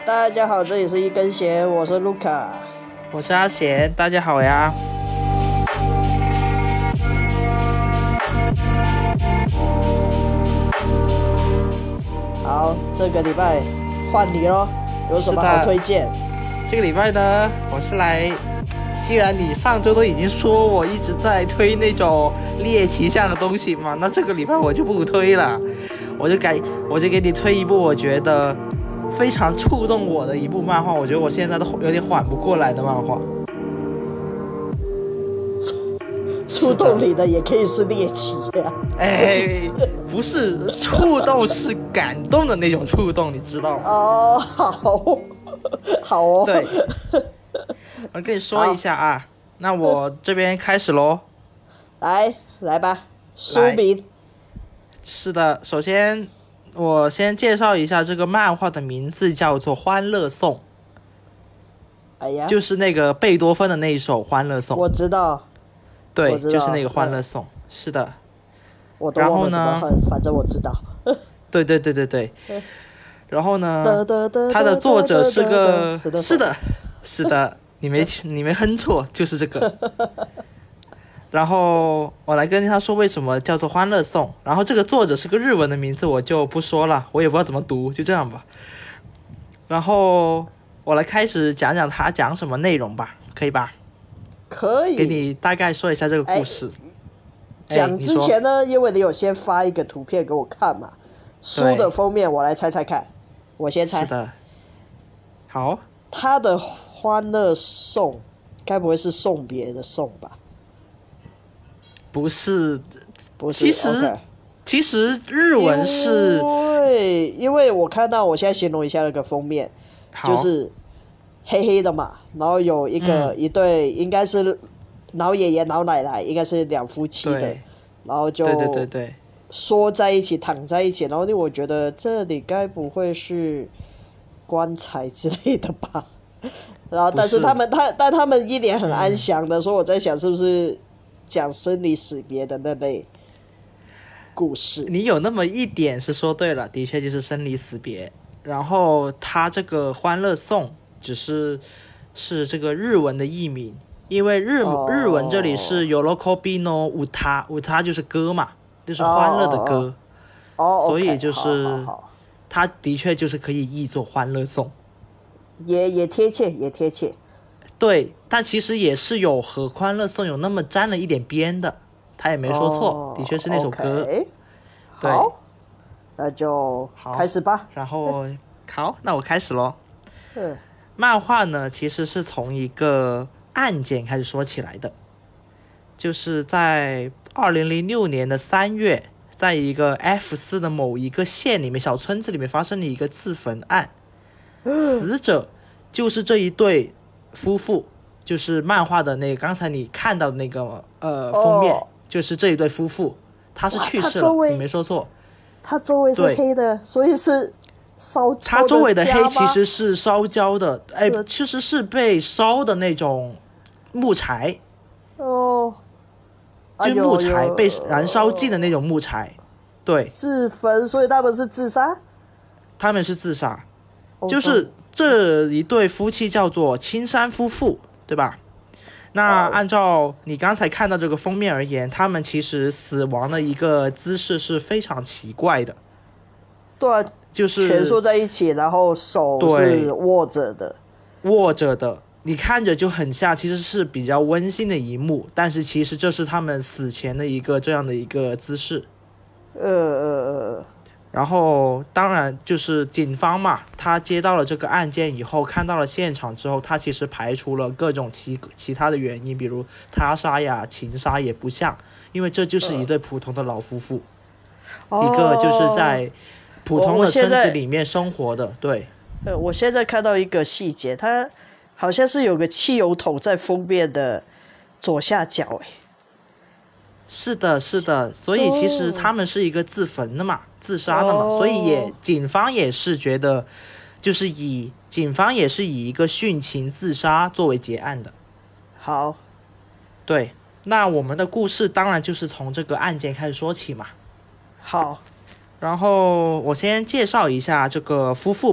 大家好，这里是一根弦，我是卢卡， 我是阿贤，大家好呀。 好，这个礼拜换你咯，有什么好推荐？ 这个礼拜呢，我是来，既然你上周都已经说我一直在推那种猎奇向的东西嘛，那这个礼拜我就不推了，我就给你推一部我觉得非常触动我的一部漫画，我觉得我现在都有点缓不过来的漫画。 触动你的也可以是猎奇呀、 不是触动，是感动的那种触动，你知道吗？ 哦，好哦。 对，我跟你说一下啊，那我这边开始咯。 来吧，书名。 是的，首先我先介绍一下这个漫画的名字，叫做《欢乐颂》。 哎呀， 就是那个贝多芬的那一首《欢乐颂》。 我知道。 对，就是那个《欢乐颂》。是的。 我都忘了怎么哼，反正我知道。 对。然后呢，他的作者是个，是的，你没哼错，就是这个。然后我来跟他说为什么叫做《欢乐颂》，然后这个作者是个日文的名字，我就不说了，我也不知道怎么读，就这样吧。然后我来开始讲讲他讲什么内容吧，可以吧？ 可以。 给你大概说一下这个故事。 讲之前呢，因为你有先发一个图片给我看嘛，书的封面我来猜猜看，我先猜。 是的。好。 他的欢乐颂，该不会是送别的送吧？ 不是。其实日文是， 因为我看到，我现在形容一下那个封面，就是黑黑的嘛，然后有一对应该是老爷爷老奶奶，应该是两夫妻的，然后就对缩在一起躺在一起，然后我觉得这里该不会是棺材之类的吧？然后但是他们一脸很安详的，所以我在想是不是讲生离死别的那类故事。 你有那么一点是说对了，的确就是生离死别。然后他这个欢乐颂只是这个日文的译名，因为日文这里是 Yorokobi no Uta 就是歌嘛，就是欢乐的歌。所以就是它的确就是可以译作欢乐颂， 也贴切。 对，但其实也是有和欢乐颂有那么沾了一点边的，他也没说错，的确是那首歌。对， 那就开始吧。 然后好，那我开始咯。漫画呢，其实是从一个案件开始说起来的，就是在2006年的3月，在一个 F4的某一个县里面，小村子里面发生了一个自焚案，死者就是这一对夫妇，就是漫画的那个刚才你看到的那个封面，就是这一对夫妇，他是去世了，你没说错。 他周围是黑的，所以是烧焦的家吗？ 他周围的黑其实是烧焦的，其实是被烧的那种木材。就是木材被燃烧尽的那种木材。对， 自焚，所以他们是自杀。 他们是自杀，就是这一对夫妻叫做青山夫妇，对吧？那按照你刚才看到这个封面而言，他们其实死亡的一个姿势是非常奇怪的。 对啊， 就是蜷缩在一起，然后手是握着的，你看着就很像，其实是比较温馨的一幕，但是其实这是他们死前的一个这样的一个姿势。然后当然就是警方嘛，他接到了这个案件以后，看到了现场之后，他其实排除了各种其他的原因，比如他杀呀、情杀也不像，因为这就是一对普通的老夫妇，一个就是在普通的村子里面生活的。对， 我现在看到一个细节，他好像是有个汽油桶在封面的左下角。 是的，所以其实他们是一个自焚的嘛，自杀的嘛，所以警方也是觉得，就是警方也是以一个殉情自杀作为结案的。 好， 对，那我们的故事当然就是从这个案件开始说起嘛。 好， 然后我先介绍一下这个夫妇吧。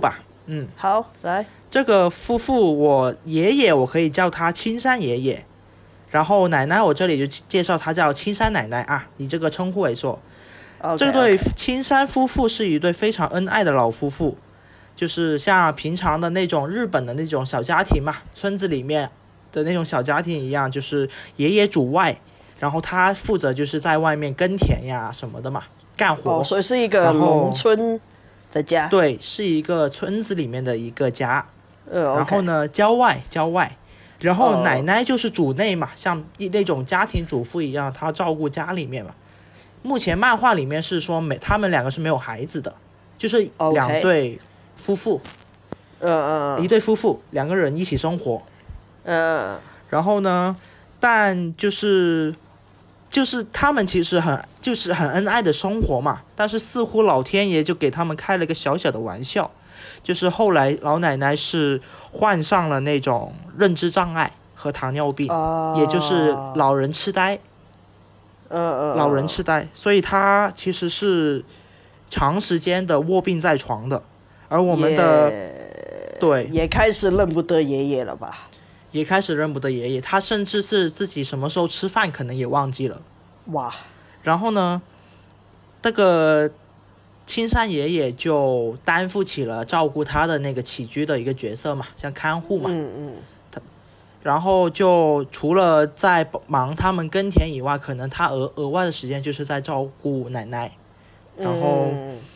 好，来， 这个夫妇，我爷爷我可以叫他青山爷爷，然后奶奶我这里就介绍他叫青山奶奶啊，以这个称呼为说。这对青山夫妇是一对非常恩爱的老夫妇，就是像平常的那种日本的那种小家庭嘛，村子里面的那种小家庭一样，就是爷爷主外，然后他负责就是在外面耕田呀什么的嘛，干活。 所以是一个农村的家。 对，是一个村子里面的一个家。然后呢，郊外，然后奶奶就是主内嘛，像那种家庭主妇一样，她照顾家里面嘛。目前漫画里面是说他们两个是没有孩子的，就是两对夫妇，一对夫妇两个人一起生活。然后呢，但就是他们其实很恩爱的生活嘛，但是似乎老天爷就给他们开了一个小小的玩笑。就是后来老奶奶是患上了那种认知障碍和糖尿病，也就是老人痴呆。老人痴呆，所以她其实是长时间的卧病在床的。而我们的对也开始认不得爷爷了吧？ 也开始认不得爷爷，他甚至是自己什么时候吃饭可能也忘记了。 哇！ 然后呢，这个青山爷爷就担负起了照顾他的那个起居的一个角色嘛，像看护嘛。然后就除了在忙他们耕田以外，可能他额外的时间就是在照顾奶奶。然后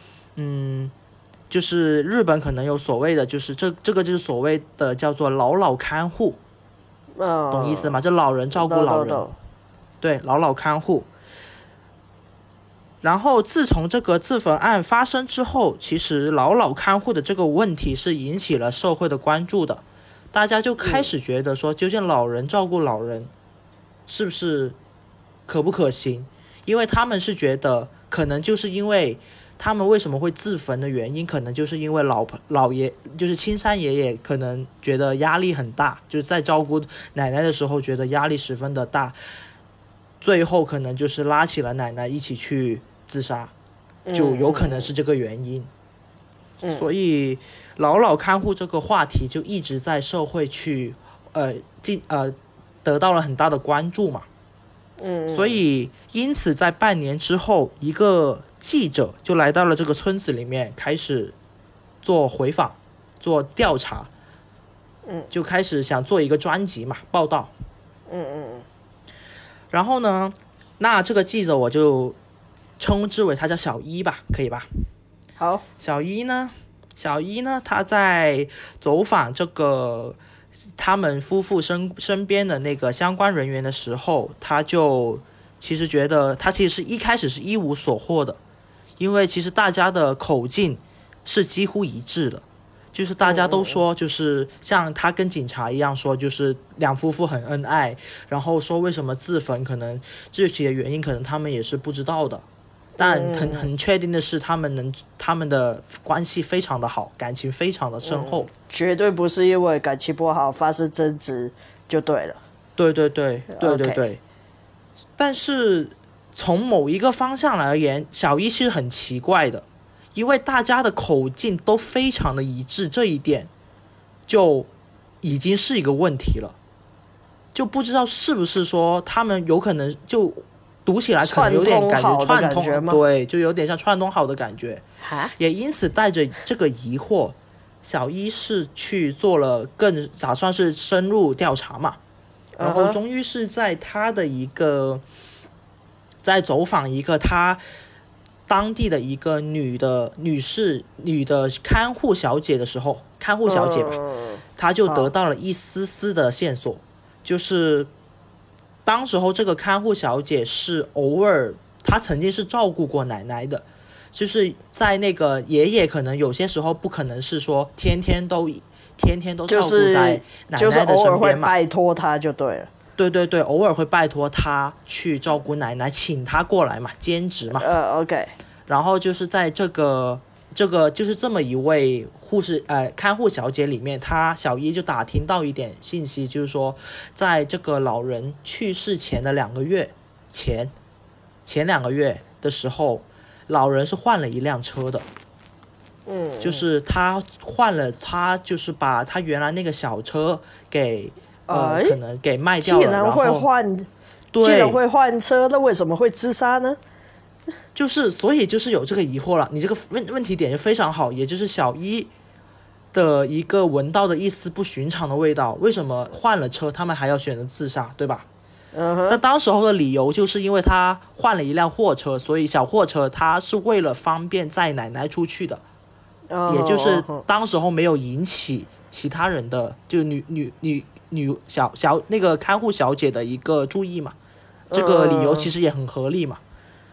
就是日本可能有所谓的，就是这个就是所谓的叫做老看护，懂意思吗？就老人照顾老人，对，老看护。然后自从这个自焚案发生之后，其实老看护的这个问题是引起了社会的关注的，大家就开始觉得说，究竟老人照顾老人是不是可不可行？因为他们是觉得，可能就是因为他们为什么会自焚的原因，可能就是因为老爷就是青山爷爷可能觉得压力很大，就是在照顾奶奶的时候觉得压力十分的大，最后可能就是拉起了奶奶一起去自杀，就有可能是这个原因。所以老看护这个话题就一直在社会去得到了很大的关注嘛。所以因此在半年之后，一个记者就来到了这个村子里面，开始做回访做调查，就开始想做一个专辑嘛，报道。然后呢，那这个记者我就称之为他叫小一吧，可以吧？ 好。 小一呢，他在走访这个他们夫妇身边的那个相关人员的时候，他就其实觉得他其实是一开始是一无所获的，因为其实大家的口径是几乎一致的，就是大家都说，就是像他跟警察一样说，就是两夫妇很恩爱，然后说为什么自焚，可能具体的原因可能他们也是不知道的，但很确定的是他们的关系非常的好，感情非常的深厚， 绝对不是因为感情不好发生争执就对了。 对。但是从某一个方向而言，小一是很奇怪的，因为大家的口径都非常的一致，这一点就已经是一个问题了，就不知道是不是说他们有可能就读起来可能有点感觉串通，对，就有点像串通好的感觉。也因此带着这个疑惑，小一是去做了打算是深入调查嘛，然后终于是在他的在走访一个他当地的一个女的看护小姐的时候，看护小姐吧，他就得到了一丝丝的线索，就是当时候这个看护小姐是偶尔，她曾经是照顾过奶奶的，就是在那个爷爷可能有些时候不可能是说天天都照顾在奶奶的身边嘛， 就是偶尔会拜托她就对了。 对，偶尔会拜托她去照顾奶奶，请她过来嘛，兼职嘛。 OK。 然后就是在这个就是这么一位看护小姐里面，她小一就打听到一点信息，就是说在这个老人去世前的2个月前2个月的时候，老人是换了一辆车的。 就是他换了，他就是把他原来那个小车给可能给卖掉了， 既然会换， 对， 既然会换车，那为什么会自杀呢？ 就是所以就是有这个疑惑了，你这个问题点就非常好，也就是小一的一个闻到的一丝不寻常的味道，为什么换了车他们还要选择自杀，对吧？那当时候的理由就是因为他换了一辆货车，所以小货车他是为了方便载奶奶出去的，也就是当时候没有引起其他人的就女小那个看护小姐的一个注意嘛，这个理由其实也很合理嘛。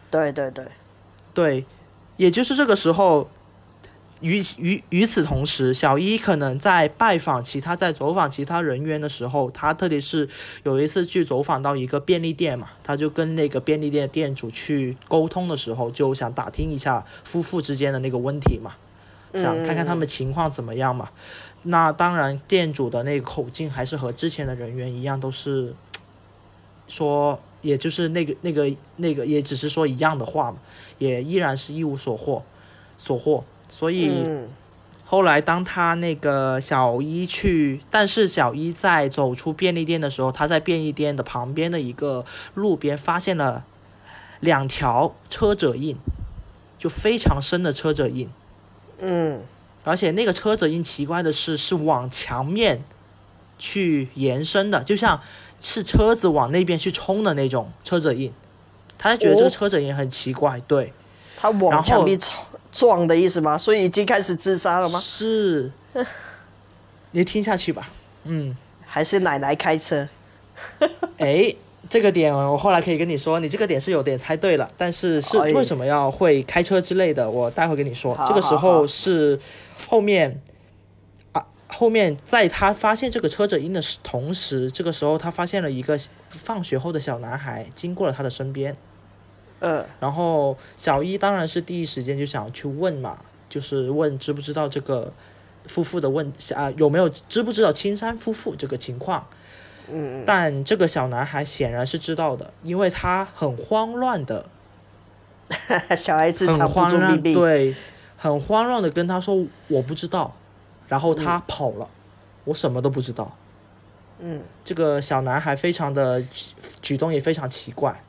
对，也就是这个时候。与此同时，小一可能在走访其他人员的时候，他特别是有一次去走访到一个便利店嘛，他就跟那个便利店的店主去沟通的时候，就想打听一下夫妇之间的那个问题嘛，想看看他们情况怎么样嘛。那当然，店主的那个口径还是和之前的人员一样，都是说，也就是那个，也只是说一样的话嘛，也依然是一无所获。所以后来当他那个但是小一在走出便利店的时候，他在便利店的旁边的一个路边发现了2条车辙印，就非常深的车辙印。而且那个车辙印奇怪的是往墙面去延伸的，就像是车子往那边去冲的那种车辙印。他就觉得这个车辙印很奇怪，对， 他往墙壁撞的意思吗？所以已经开始自杀了吗？ 是，你听下去吧。 还是奶奶开车？ 这个点我后来可以跟你说，你这个点是有点猜对了，但是为什么要会开车之类的，我待会跟你说。这个时候是后面在他发现这个车辙印的同时，这个时候他发现了一个放学后的小男孩经过了他的身边。然后小一当然是第一时间就想去问嘛，就是问知不知道这个夫妇的有没有知不知道青山夫妇这个情况。但这个小男孩显然是知道的，因为他很慌乱的， 小孩子藏不住秘密， 对，很慌乱的跟他说我不知道，然后他跑了，我什么都不知道。这个小男孩非常的举动也非常奇怪。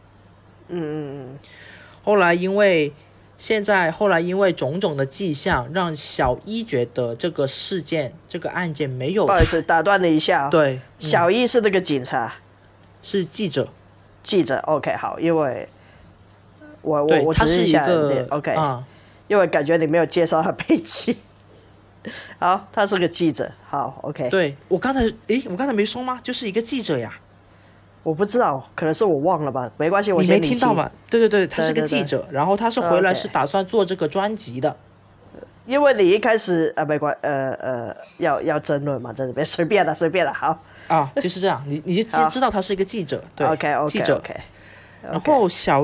后来因为种种的迹象，让小一觉得这个案件没有。 不好意思，打断了一下。 对， 小一是那个警察， 是记者。 OK， 好，因为我他是一个 OK，因为感觉你没有介绍他背景。好，他是个记者。好 ，OK。 对，我刚才没说吗？就是一个记者呀。 我不知道，可能是我忘了吧，没关系，我先你没听到吗？对，他是个记者，然后他是回来是打算做这个专辑的。 因为你一开始没关要争论嘛，在这边随便了，好就是这样，你就知道他是一个记者，对 ，OK， 记者。然后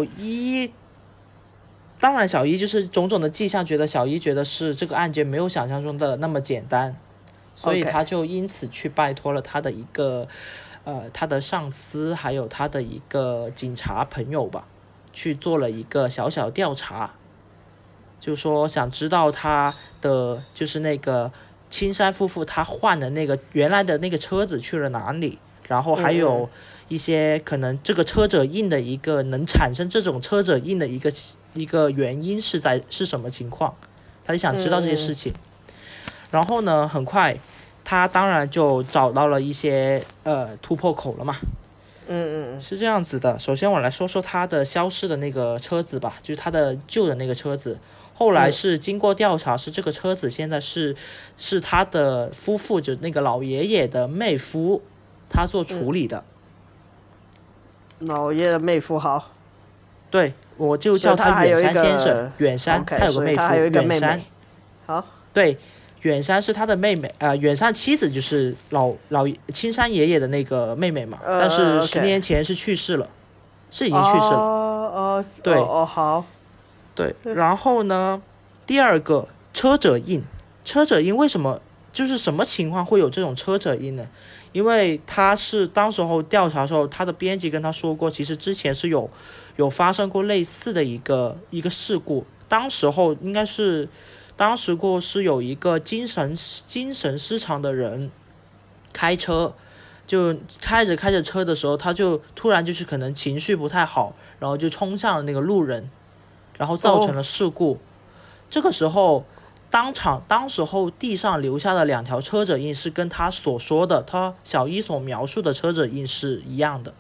当然小一就是种种的迹象，小一觉得是这个案件没有想象中的那么简单，所以他就因此去拜托了他的一个。他的上司还有他的一个警察朋友吧，去做了一个小小调查，就说想知道他的就是那个青山夫妇他换的那个原来的那个车子去了哪里，然后还有一些可能这个车辙印的一个能产生这种车辙印的一个原因是什么情况，他就想知道这些事情。然后呢，很快。他当然就找到了一些突破口了嘛。是这样子的。首先我来说说他的消失的那个车子吧，就是他的旧的那个车子。后来是经过调查，是这个车子现在是他的夫妇，就那个老爷爷的妹夫，他做处理的。 老爷的妹夫好。 对，我就叫他远山先生，远山，他有个妹夫，远山。 好。 对。远山是他的妹妹，远山妻子就是老青山爷爷的那个妹妹嘛，但是10年前是去世了，是已经去世了。对， 好。 对，然后呢，第二个车辙印为什么就是什么情况会有这种车辙印呢？因为他是当时候调查的时候，他的编辑跟他说过，其实之前是有发生过类似的一个事故，当时候应该是。 当时过是有一个精神失常的人开车，就开着车的时候，他就突然就是可能情绪不太好，然后就冲向了那个路人，然后造成了事故。这个时候当时候地上留下的2条车辙印是跟他所说的，他小一所描述的车辙印是一样的。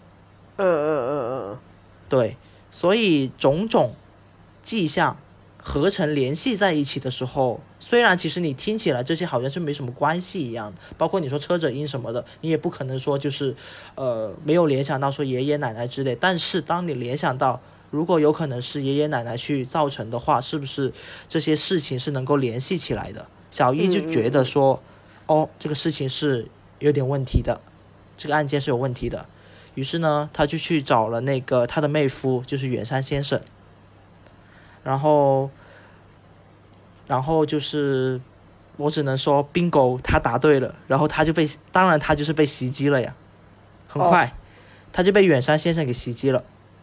对，所以种种迹象合成联系在一起的时候，虽然其实你听起来这些好像是没什么关系一样的，包括你说车辙印什么的，你也不可能说就是没有联想到说爷爷奶奶之类，但是当你联想到如果有可能是爷爷奶奶去造成的话，是不是这些事情是能够联系起来的？小一就觉得说这个事情是有点问题的，这个案件是有问题的，于是呢他就去找了那个他的妹夫，就是远山先生，然后就是我只能说 bingo 他答对了，然后他就是被袭击了呀，很快他就被远山先生给袭击了。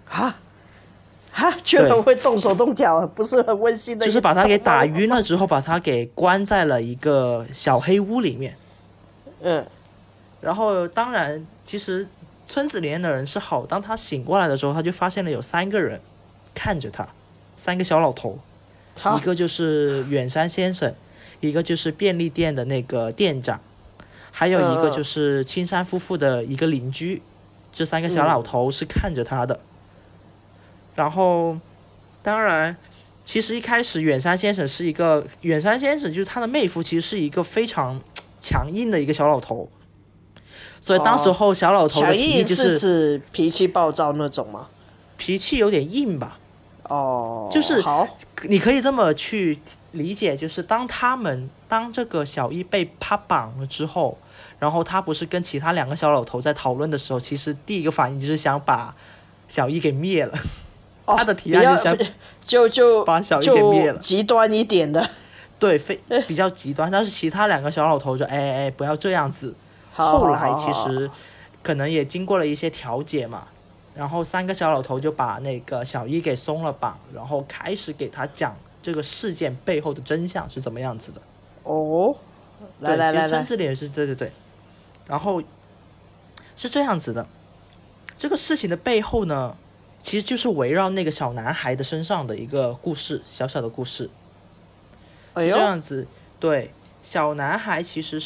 居然会动手动脚，不是很温馨的， 就是把他给打晕了之后，把他给关在了一个小黑屋里面。然后当然其实村子里面的人是好，当他醒过来的时候，他就发现了有3个人看着他，3个小老头，一个就是远山先生，一个就是便利店的那个店长，还有一个就是青山夫妇的一个邻居，这3个小老头是看着他的。然后当然其实一开始远山先生就是他的妹夫，其实是一个非常强硬的一个小老头，所以当时候小老头的脾气就是强硬是指脾气暴躁那种吗？ 脾气有点硬吧。就是你可以这么去理解，就是当这个小一被他绑了之后，然后他不是跟其他2个小老头在讨论的时候，其实第一个反应就是想把小一给灭了。他的提案就想把小一给灭了， 极端一点的。 对，比较极端。但是其他2个小老头就不要这样子。后来其实可能也经过了一些调解嘛，然后3个小老头就把那个小一给松了绑，然后开始给他讲这个事件背后的真相是怎么样子的。 来， 其实村子里也是对，然后是这样子的。这个事情的背后呢，其实就是围绕那个小男孩的身上的一个故事，小小的故事。是这样子。对，小男孩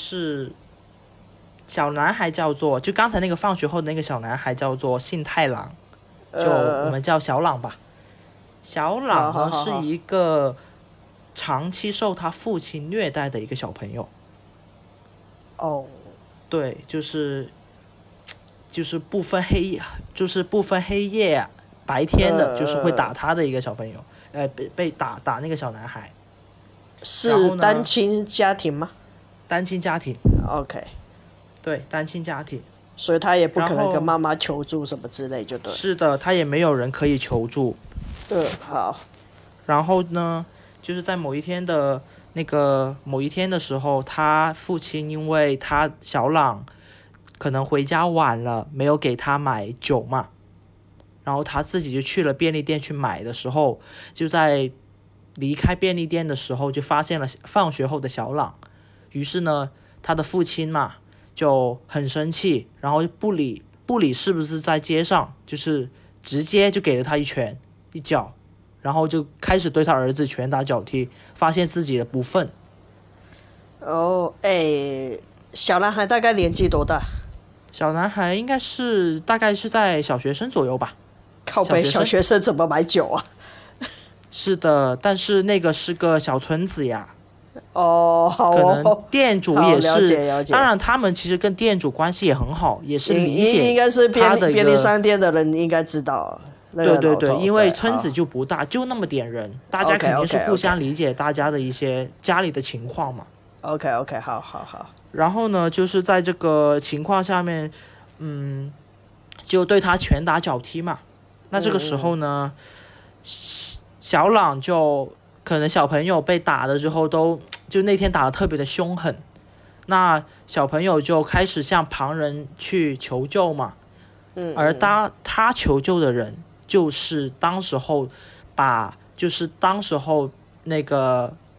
叫做，就刚才那个放学后的那个小男孩叫做信太郎，就我们叫小朗吧。小朗呢是一个长期受他父亲虐待的一个小朋友。对，就是不分黑夜白天的，就是会打他的一个小朋友，被打那个小男孩。 是单亲家庭吗？ 单亲家庭。 OK。 对，单亲家庭， 所以他也不可能跟妈妈求助什么之类，就对。 是的，他也没有人可以求助。 好。 然后呢，就是在某一天的时候，他父亲因为他小朗可能回家晚了，没有给他买酒嘛，然后他自己就去了便利店去买的时候，就在离开便利店的时候就发现了放学后的小朗，于是呢他的父亲嘛就很生气，然后不理是不是在街上，就是直接就给了他一拳一脚，然后就开始对他儿子拳打脚踢，发现自己的不忿。 小男孩大概年纪多大？ 小男孩应该是大概是在小学生左右吧。 靠北，小学生怎么买酒啊？ 是的，但是那个是个小村子呀。 好可能店主也是， 了解。 当然他们其实跟店主关系也很好，也是理解应该是他的便利商店的人应该知道。 对，因为村子就不大，就那么点人，大家肯定是互相理解大家的一些家里的情况嘛。 OK， 好。 然后呢，就是在这个情况下面，就对他拳打脚踢嘛。那这个时候呢，小朗就可能小朋友被打了之后就那天打得特别的凶狠，那小朋友就开始向旁人去求救嘛。而当他求救的人就是当时候那个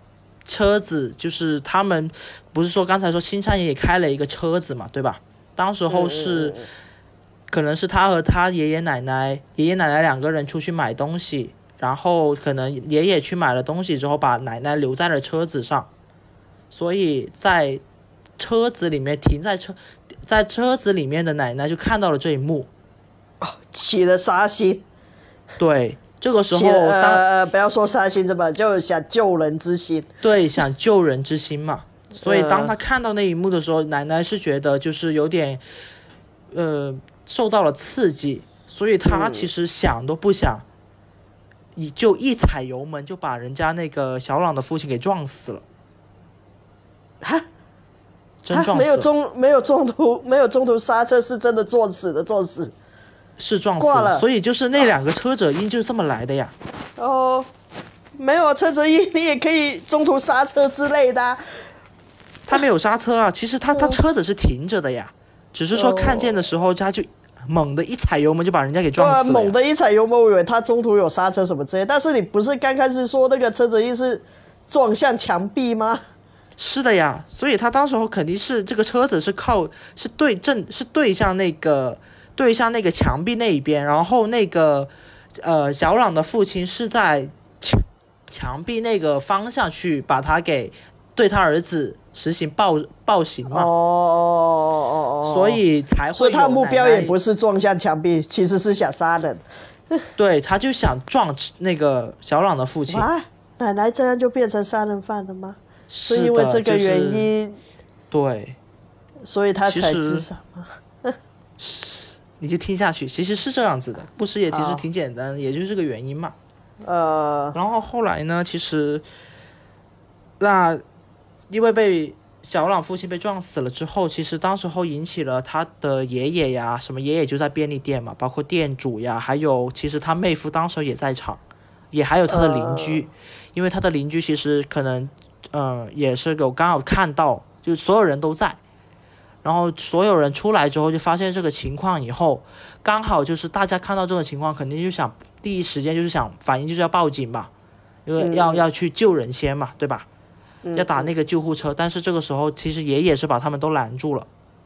车子，就是他们不是说刚才说新山也开了一个车子嘛，对吧？当时候是可能是他和他爷爷奶奶两个人出去买东西，然后可能爷爷去买了东西之后把奶奶留在了车子上，所以在车子里面在车子里面的奶奶就看到了这一幕， 起了杀心。 对，这个时候不要说杀心，这么就想救人之心。 对，想救人之心嘛。所以当他看到那一幕的时候，奶奶是觉得就是有点受到了刺激，所以他其实想都不想，就一踩油门就把人家那个小朗的父亲给撞死了。 哈， 真撞死了， 没有中途刹车，是真的撞死了， 是撞死了。所以就是那两个车辙印就是这么来的呀。 哦，没有车辙印，你也可以中途刹车之类的啊。 他没有刹车啊，其实他车子是停着的呀，只是说看见的时候他就猛的一踩油门就把人家给撞死了。 猛的一踩油门，我以为他中途有刹车什么之类，但是你不是刚开始说那个车辙印是撞向墙壁吗？ 是的呀，所以他当时候肯定是这个车子是对向那个墙壁那一边，然后那个小朗的父亲是在墙壁那个方向去把他给对他儿子实行暴行嘛。所以才会有奶奶， 所以他目标也不是撞向墙壁，其实是想杀人。 对，他就想撞那个小朗的父亲。 奶奶这样就变成杀人犯了吗？ 是因为这个原因， 对， 所以他才自杀吗？ 你就听下去，其实是这样子的，故事也其实挺简单，也就是这个原因嘛。然后后来呢，其实那因为被小朗父亲被撞死了之后，其实当时候引起了他的爷爷呀，什么爷爷就在便利店嘛，包括店主呀，还有其实他妹夫当时也在场，也还有他的邻居，因为他的邻居其实可能也是有刚好看到，就是所有人都在，然后所有人出来之后就发现这个情况以后，刚好就是大家看到这种情况，肯定就想第一时间就是想反应就是要报警嘛，因为要去救人先嘛，对吧？要打那个救护车，但是这个时候其实爷爷是把他们都拦住了，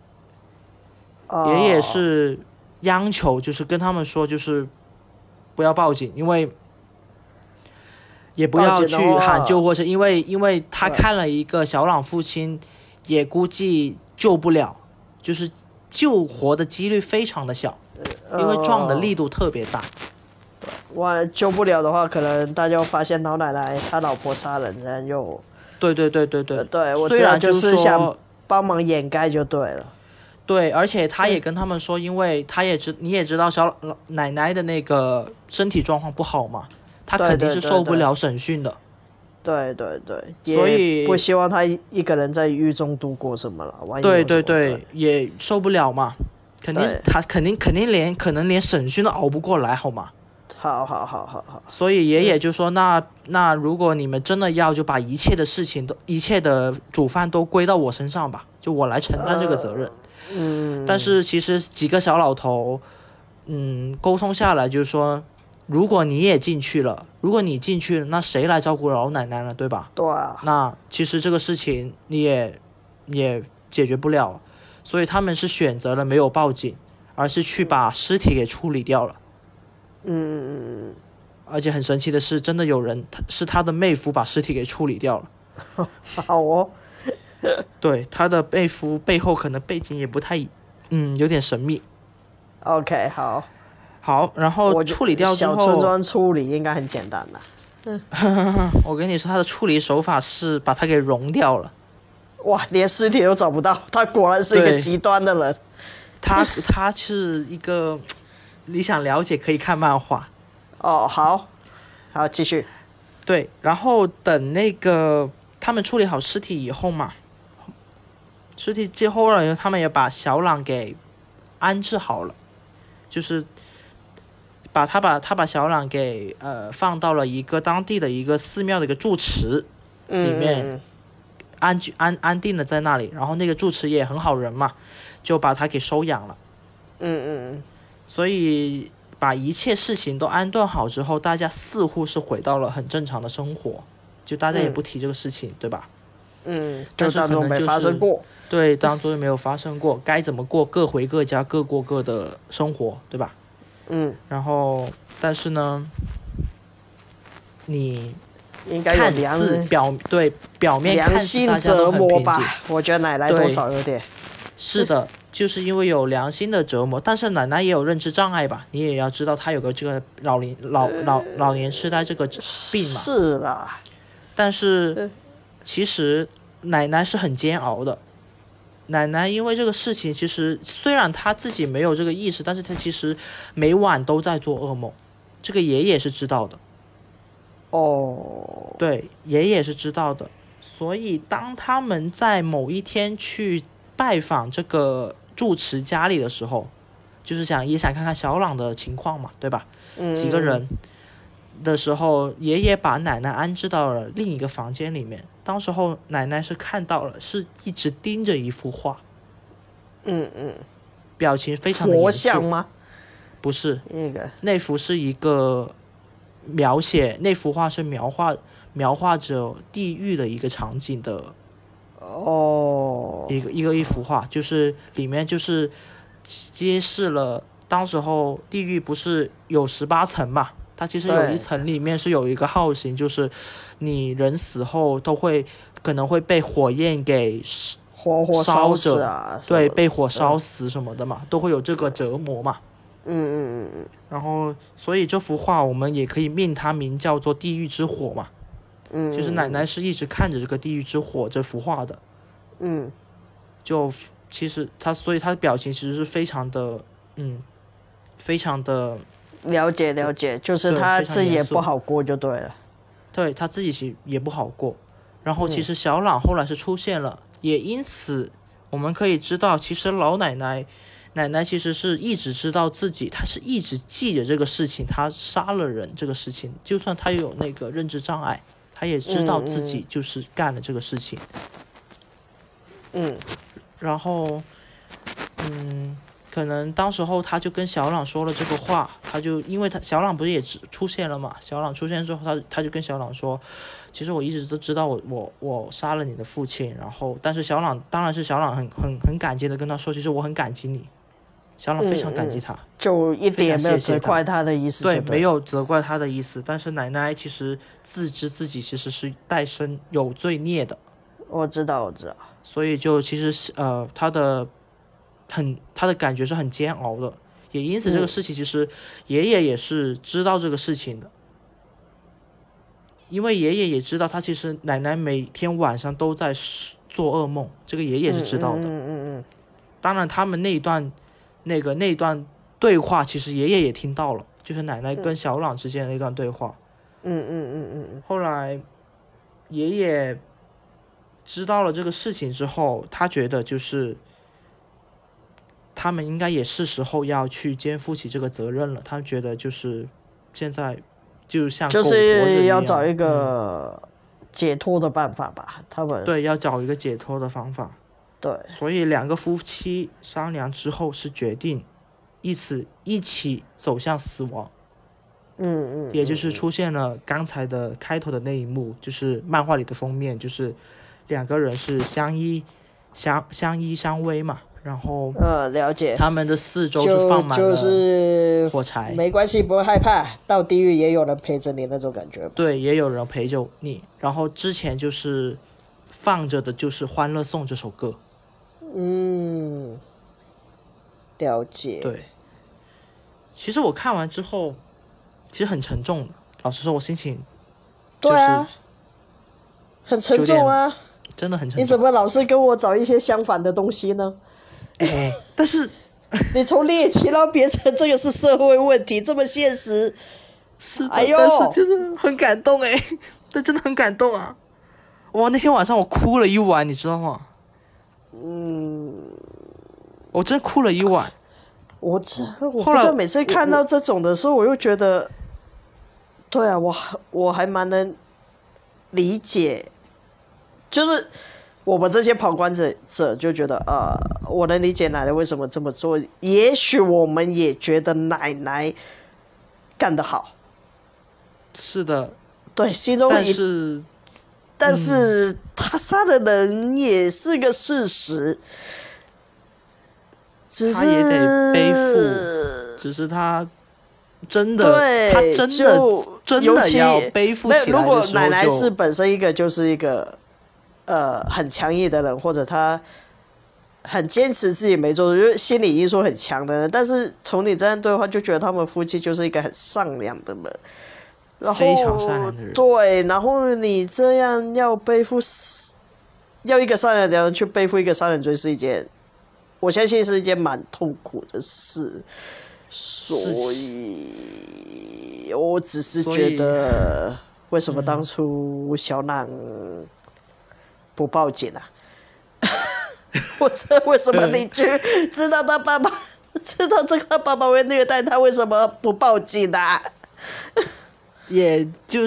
爷爷是央求，就是跟他们说，就是不要报警，因为也不要去喊救护车，因为他看了一个小朗父亲，也估计救不了，就是救活的几率非常的小，因为撞的力度特别大。 救不了的话，可能大家会发现老奶奶他老婆杀人，然后就对，我这样就是想帮忙掩盖就对了。 对，而且他也跟他们说，因为你也知道小奶奶的那个身体状况不好嘛，他肯定是受不了审讯的。 对， 所以不希望他一个人在狱中度过什么了。 对，也受不了嘛，他肯定连审讯都熬不过来，好吗？ 好。 所以爷爷就说，那如果你们真的要，就把一切的事情一切的主犯都归到我身上吧，就我来承担这个责任。但是其实几个小老头，沟通下来就是说，如果你进去了，那谁来照顾老奶奶呢？对吧？ 对啊。 那其实这个事情你也解决不了，所以他们是选择了没有报警，而是去把尸体给处理掉了。而且很神奇的是，真的有人是他的妹夫把尸体给处理掉了。 好哦。 对，他的妹夫背后可能背景也不太，有点神秘。 OK， 好，然后处理掉之后， 小村庄处理应该很简单的。 我跟你说，他的处理手法是把它给融掉了。 哇，连尸体都找不到，他果然是一个极端的人。 他是一个，你想了解可以看漫画。 好，继续。 对，然后等那个他们处理好尸体以后嘛，尸体之后呢，他们也把小朗给安置好了，就是把小朗给放到了一个当地的一个寺庙的一个住持里面，安定的在那里。然后那个住持也很好人嘛，就把他给收养了。所以把一切事情都安顿好之后，大家似乎是回到了很正常的生活。 就大家也不提这个事情，对吧？ 就当作没发生过。 对，当作没有发生过，该怎么过各回各家，各过各的生活，对吧？然后但是呢，你应该有表面看似大家都很平静， 我觉得奶奶多少有点。 是的，就是因为有良心的折磨，但是奶奶也有认知障碍吧？你也要知道，她有个这个老年痴呆这个病嘛。 是的。 但是其实奶奶是很煎熬的。奶奶因为这个事情，其实虽然她自己没有这个意识，但是她其实每晚都在做噩梦。这个爷爷是知道的。对，爷爷是知道的。所以当他们在某一天去拜访这个住持家里的时候，就是也想看看小朗的情况嘛，对吧？几个人的时候，爷爷把奶奶安置到了另一个房间里面。当时候奶奶是看到了，是一直盯着一幅画。表情非常的严肃。 佛像吗？ 不是，那幅是一个那幅画是描画着地狱的一个场景的。一幅画，就是里面就是揭示了当时候地狱不是有18层嘛，它其实有一层里面是有一个号型，就是你人死后可能会被火焰给活烧着啊， 对，被火烧死什么的嘛，都会有这个折磨嘛。然后所以这幅画我们也可以命它名叫做地狱之火嘛。其实奶奶是一直看着这个地狱之火这幅画的。就其实所以他的表情其实是非常的非常的了解，就是他自己也不好过就对了。 对，他自己其实也不好过。然后其实小朗后来是出现了，也因此我们可以知道，其实老奶奶其实是一直知道自己，她是一直记着这个事情，她杀了人这个事情，就算她有那个认知障碍，她也知道自己就是干了这个事情。然后可能当时候他就跟小朗说了这个话，因为小朗不是也出现了嘛，小朗出现之后他就跟小朗说，其实我一直都知道我杀了你的父亲，然后但是小朗很感激的跟他说，其实我很感激你。小朗非常感激他， 就一点没有责怪他的意思。 对，没有责怪他的意思。但是奶奶其实自知自己其实是带身有罪孽的。 我知道。 所以就其实他的感觉是很煎熬的，也因此这个事情其实爷爷也是知道这个事情的，因为爷爷也知道他其实奶奶每天晚上都在做噩梦，这个爷爷是知道的。当然他们那一段对话其实爷爷也听到了，就是奶奶跟小朗之间的那段对话。后来爷爷知道了这个事情之后，他觉得就是他们应该也是时候要去肩负起这个责任了。他觉得就是现在就像狗活着一样， 就是要找一个解脱的办法吧。他们对，要找一个解脱的方法。 对， 所以两个夫妻商量之后是决定一起走向死亡。也就是出现了刚才的开头的那一幕，就是漫画里的封面，就是两个人是相依相偎嘛，然后了解， 他们的四周是放满了火柴， 没关系，不会害怕，到地狱也有人陪着你那种感觉。 对，也有人陪着你。然后之前就是放着的就是《欢乐颂》这首歌。 了解。 对，其实我看完之后其实很沉重的，老实说我心情就是对啊，很沉重啊， 真的很沉重。 你怎么老是跟我找一些相反的东西呢？ 但是你从猎奇到变成这个是社会问题，这么现实。 是的，但是就是很感动但真的很感动啊！哇，那天晚上我哭了一晚，你知道吗？我真哭了一晚。 我不知道每次看到这种的时候，我又觉得，对啊，我还蛮能理解，就是我们这些旁观者就觉得我能理解奶奶为什么这么做，也许我们也觉得奶奶干得好。 是的， 对，心中但是但是他杀的人也是个事实， 他也得背负，只是他真的， 对， 他真的要背负起来的时候， 如果奶奶是本身就是一个很强硬的人，或者他很坚持自己没做，就是心理因素很强的人，但是从你这样对话，就觉得他们夫妻就是一个很善良的人，然后非常善良的人， 对，然后你这样要背负，要一个善良的人去背负一个杀人罪，是一件，我相信是一件蛮痛苦的事，所以我只是觉得，为什么当初小朗不报警啊？或者为什么邻居知道他爸爸知道这个爸爸会虐待他，为什么不报警啊？ 也就是，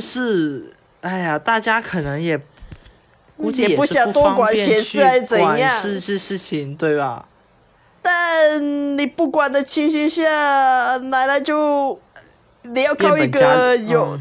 哎呀，大家可能也估计也不想多管闲事还是怎样， 事情对吧？ 但你不管的情形下，奶奶就你要靠一个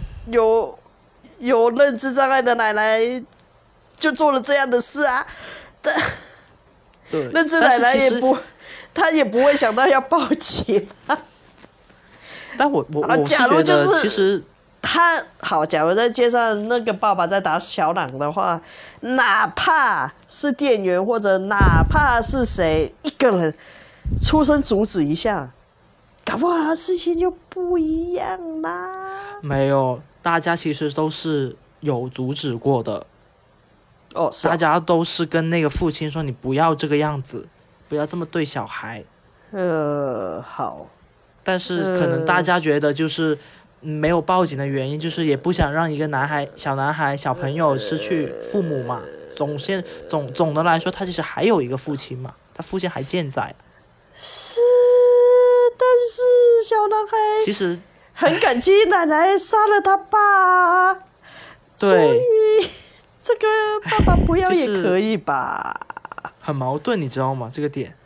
有认知障碍的奶奶，就做了这样的事啊。但对， 认知奶奶她也不会想到要报警啊。 但我假如就是其实假如在街上那个爸爸在打小朗的话，哪怕是店员或者哪怕是谁一个人出声阻止一下，搞不好事情就不一样啦。 没有，大家其实都是有阻止过的。 哦， 大家都是跟那个父亲说，你不要这个样子，不要这么对小孩。 好。 但是可能大家觉得就是没有报警的原因，就是也不想让一个小朋友失去父母嘛。总的来说，他其实还有一个父亲嘛，他父亲还健在。 是，但是小男孩其实很感激奶奶杀了他爸， 对， 所以这个爸爸不要也可以吧？ 很矛盾，你知道吗？这个点，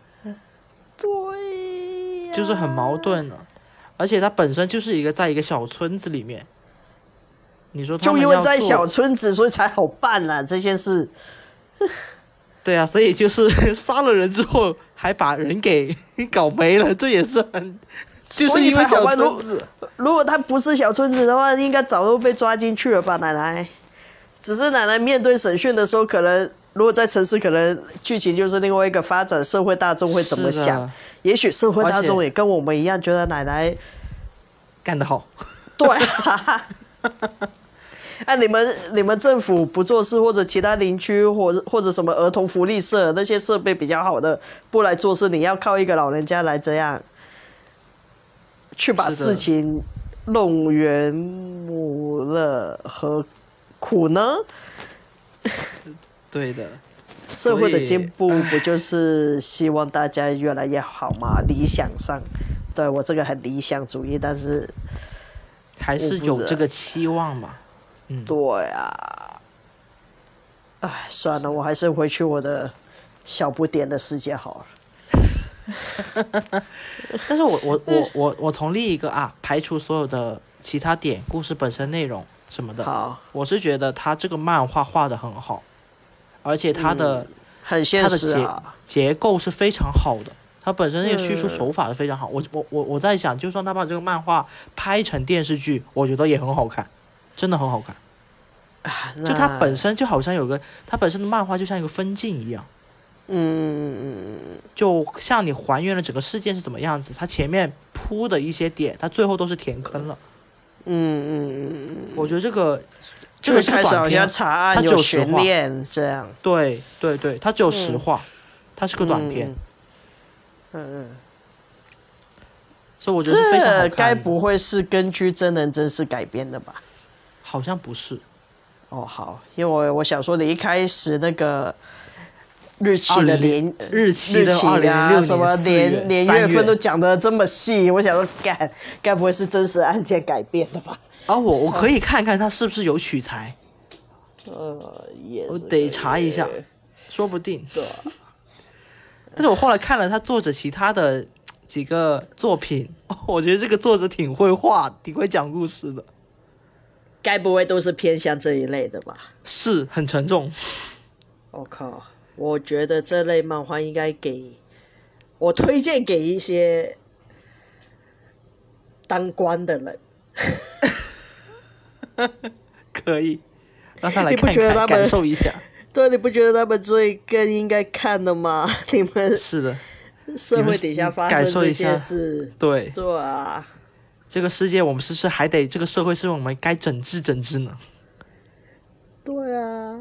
对， 就是很矛盾了。而且他本身就是在一个小村子里面，你说他们就因为在小村子，所以才好办啊这件事。 对啊，所以就是杀了人之后还把人给搞没了，这也是很，就是因为小村子。 如果他不是小村子的话，应该早就被抓进去了吧，奶奶。只是奶奶面对审讯的时候，可能如果在城市，可能剧情就是另外一个发展，社会大众会怎么想？也许社会大众也跟我们一样，觉得奶奶干得好。 对啊。你们政府不做事，或者其他邻居或者什么儿童福利社那些设备比较好的不来做事，你要靠一个老人家来这样去把事情弄圆满了，何苦呢？ 对的， 社会的进步不就是希望大家越来越好吗？理想上，对，我这个很理想主义，但是还是有这个期望嘛。 对啊，算了，我还是回去我的小不点的世界好了。 但是我从另一个排除所有的其他点，故事本身内容什么的， 好， 我是觉得他这个漫画画得很好，而且他的很现实啊， 结构是非常好的，他本身那个叙述手法是非常好。我在想，就算他把这个漫画拍成电视剧，我觉得也很好看。真的很好看，就它本身就好像它本身的漫画就像一个分镜一样，就像你还原了整个事件是怎么样子，它前面铺的一些点，它最后都是填坑了。我觉得这个是个短片， 查案有悬念这样。 对，它只有实话，它是个短片。所以我觉得是非常好看的。 这该不会是根据真人真事改编的吧？ 好像不是。 好，因为我想说的一开始那个日期的日期啊， 什么年月份都讲得这么细，我想说该不会是真实案件改编的吧？ 我可以看看它是不是有取材。我得查一下，说不定。 对。 但是我后来看了他作者其他的几个作品，我觉得这个作者挺会画，挺会讲故事的。 该不会都是偏向这一类的吧？ 是很沉重。 我靠，我觉得这类漫画应该我推荐给一些当官的人。 可以让他来看看感受一下。 对，你不觉得他们最更应该看的吗？你们是的， 社会底下发生这些事， 对啊， 这个世界我们是不是还得这个社会是我们该整治整治呢？ 对啊，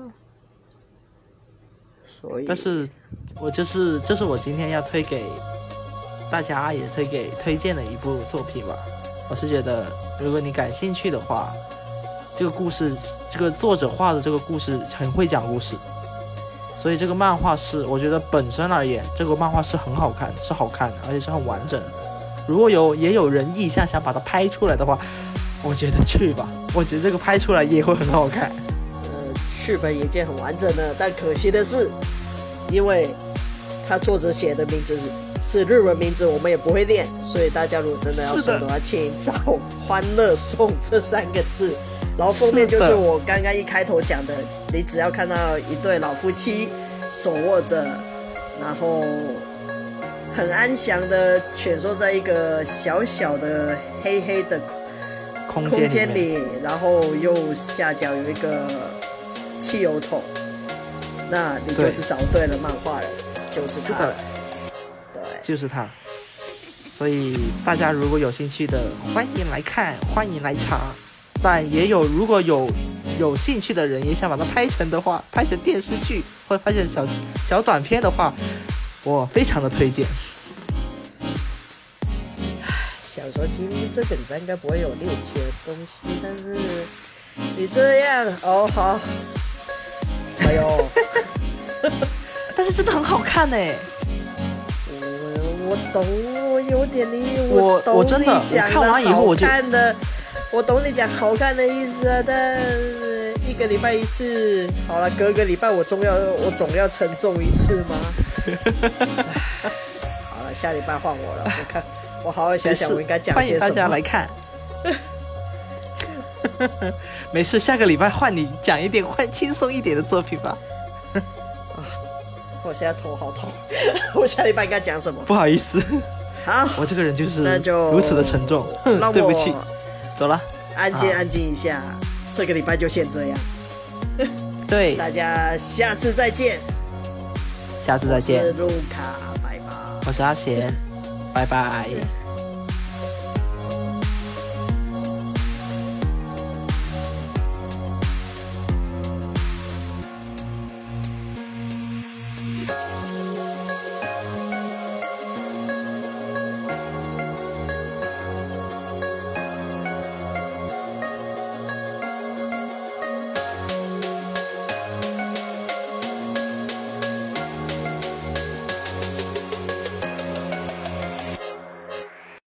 所以， 但是这是我今天要推给大家也推荐的一部作品吧。我是觉得如果你感兴趣的话，这个故事，这个作者画的这个故事很会讲故事，所以这个漫画是我觉得本身而言，这个漫画是很好看，是好看的，而且是很完整的。如果也有人意向想把它拍出来的话，我觉得去吧，我觉得这个拍出来也会很好看。 剧本已经很完整了，但可惜的是，因为他作者写的名字是日文名字，我们也不会念，所以大家如果真的要送的话，请找欢乐颂这3个字。然后封面就是我刚刚一开头讲的，你只要看到一对老夫妻手握着，然后很安详的蜷缩在一个小小的黑黑的空间里，然后右下角有一个汽油桶，那你就是找对了漫画了，就是它了。对， 就是它。所以大家如果有兴趣的，欢迎来看，欢迎来查。但也有如果有兴趣的人也想把它拍成的话，拍成电视剧或者拍成小短片的话，我非常的推荐。 想说今天这个礼拜应该不会有猎奇的东西，但是你这样哦好，哎呦， 但是真的很好看哎。 我懂，我有点我真的看完以后我懂你讲好看的意思啊，但1个礼拜1次，好了，隔个礼拜我总要承重1次吗？好了，下礼拜换我了，我好好想想我应该讲些什么。 欢迎大家来看。没事，下个礼拜换你讲一点轻松一点的作品吧。 我现在头好痛，我下礼拜应该讲什么？ 不好意思， 好， 我这个人就是如此的沉重，对不起。走了， 安静一下，这个礼拜就先这样。 对， 大家下次再见。 下次再见。 我是卢卡，拜拜。 我是阿贤，拜拜。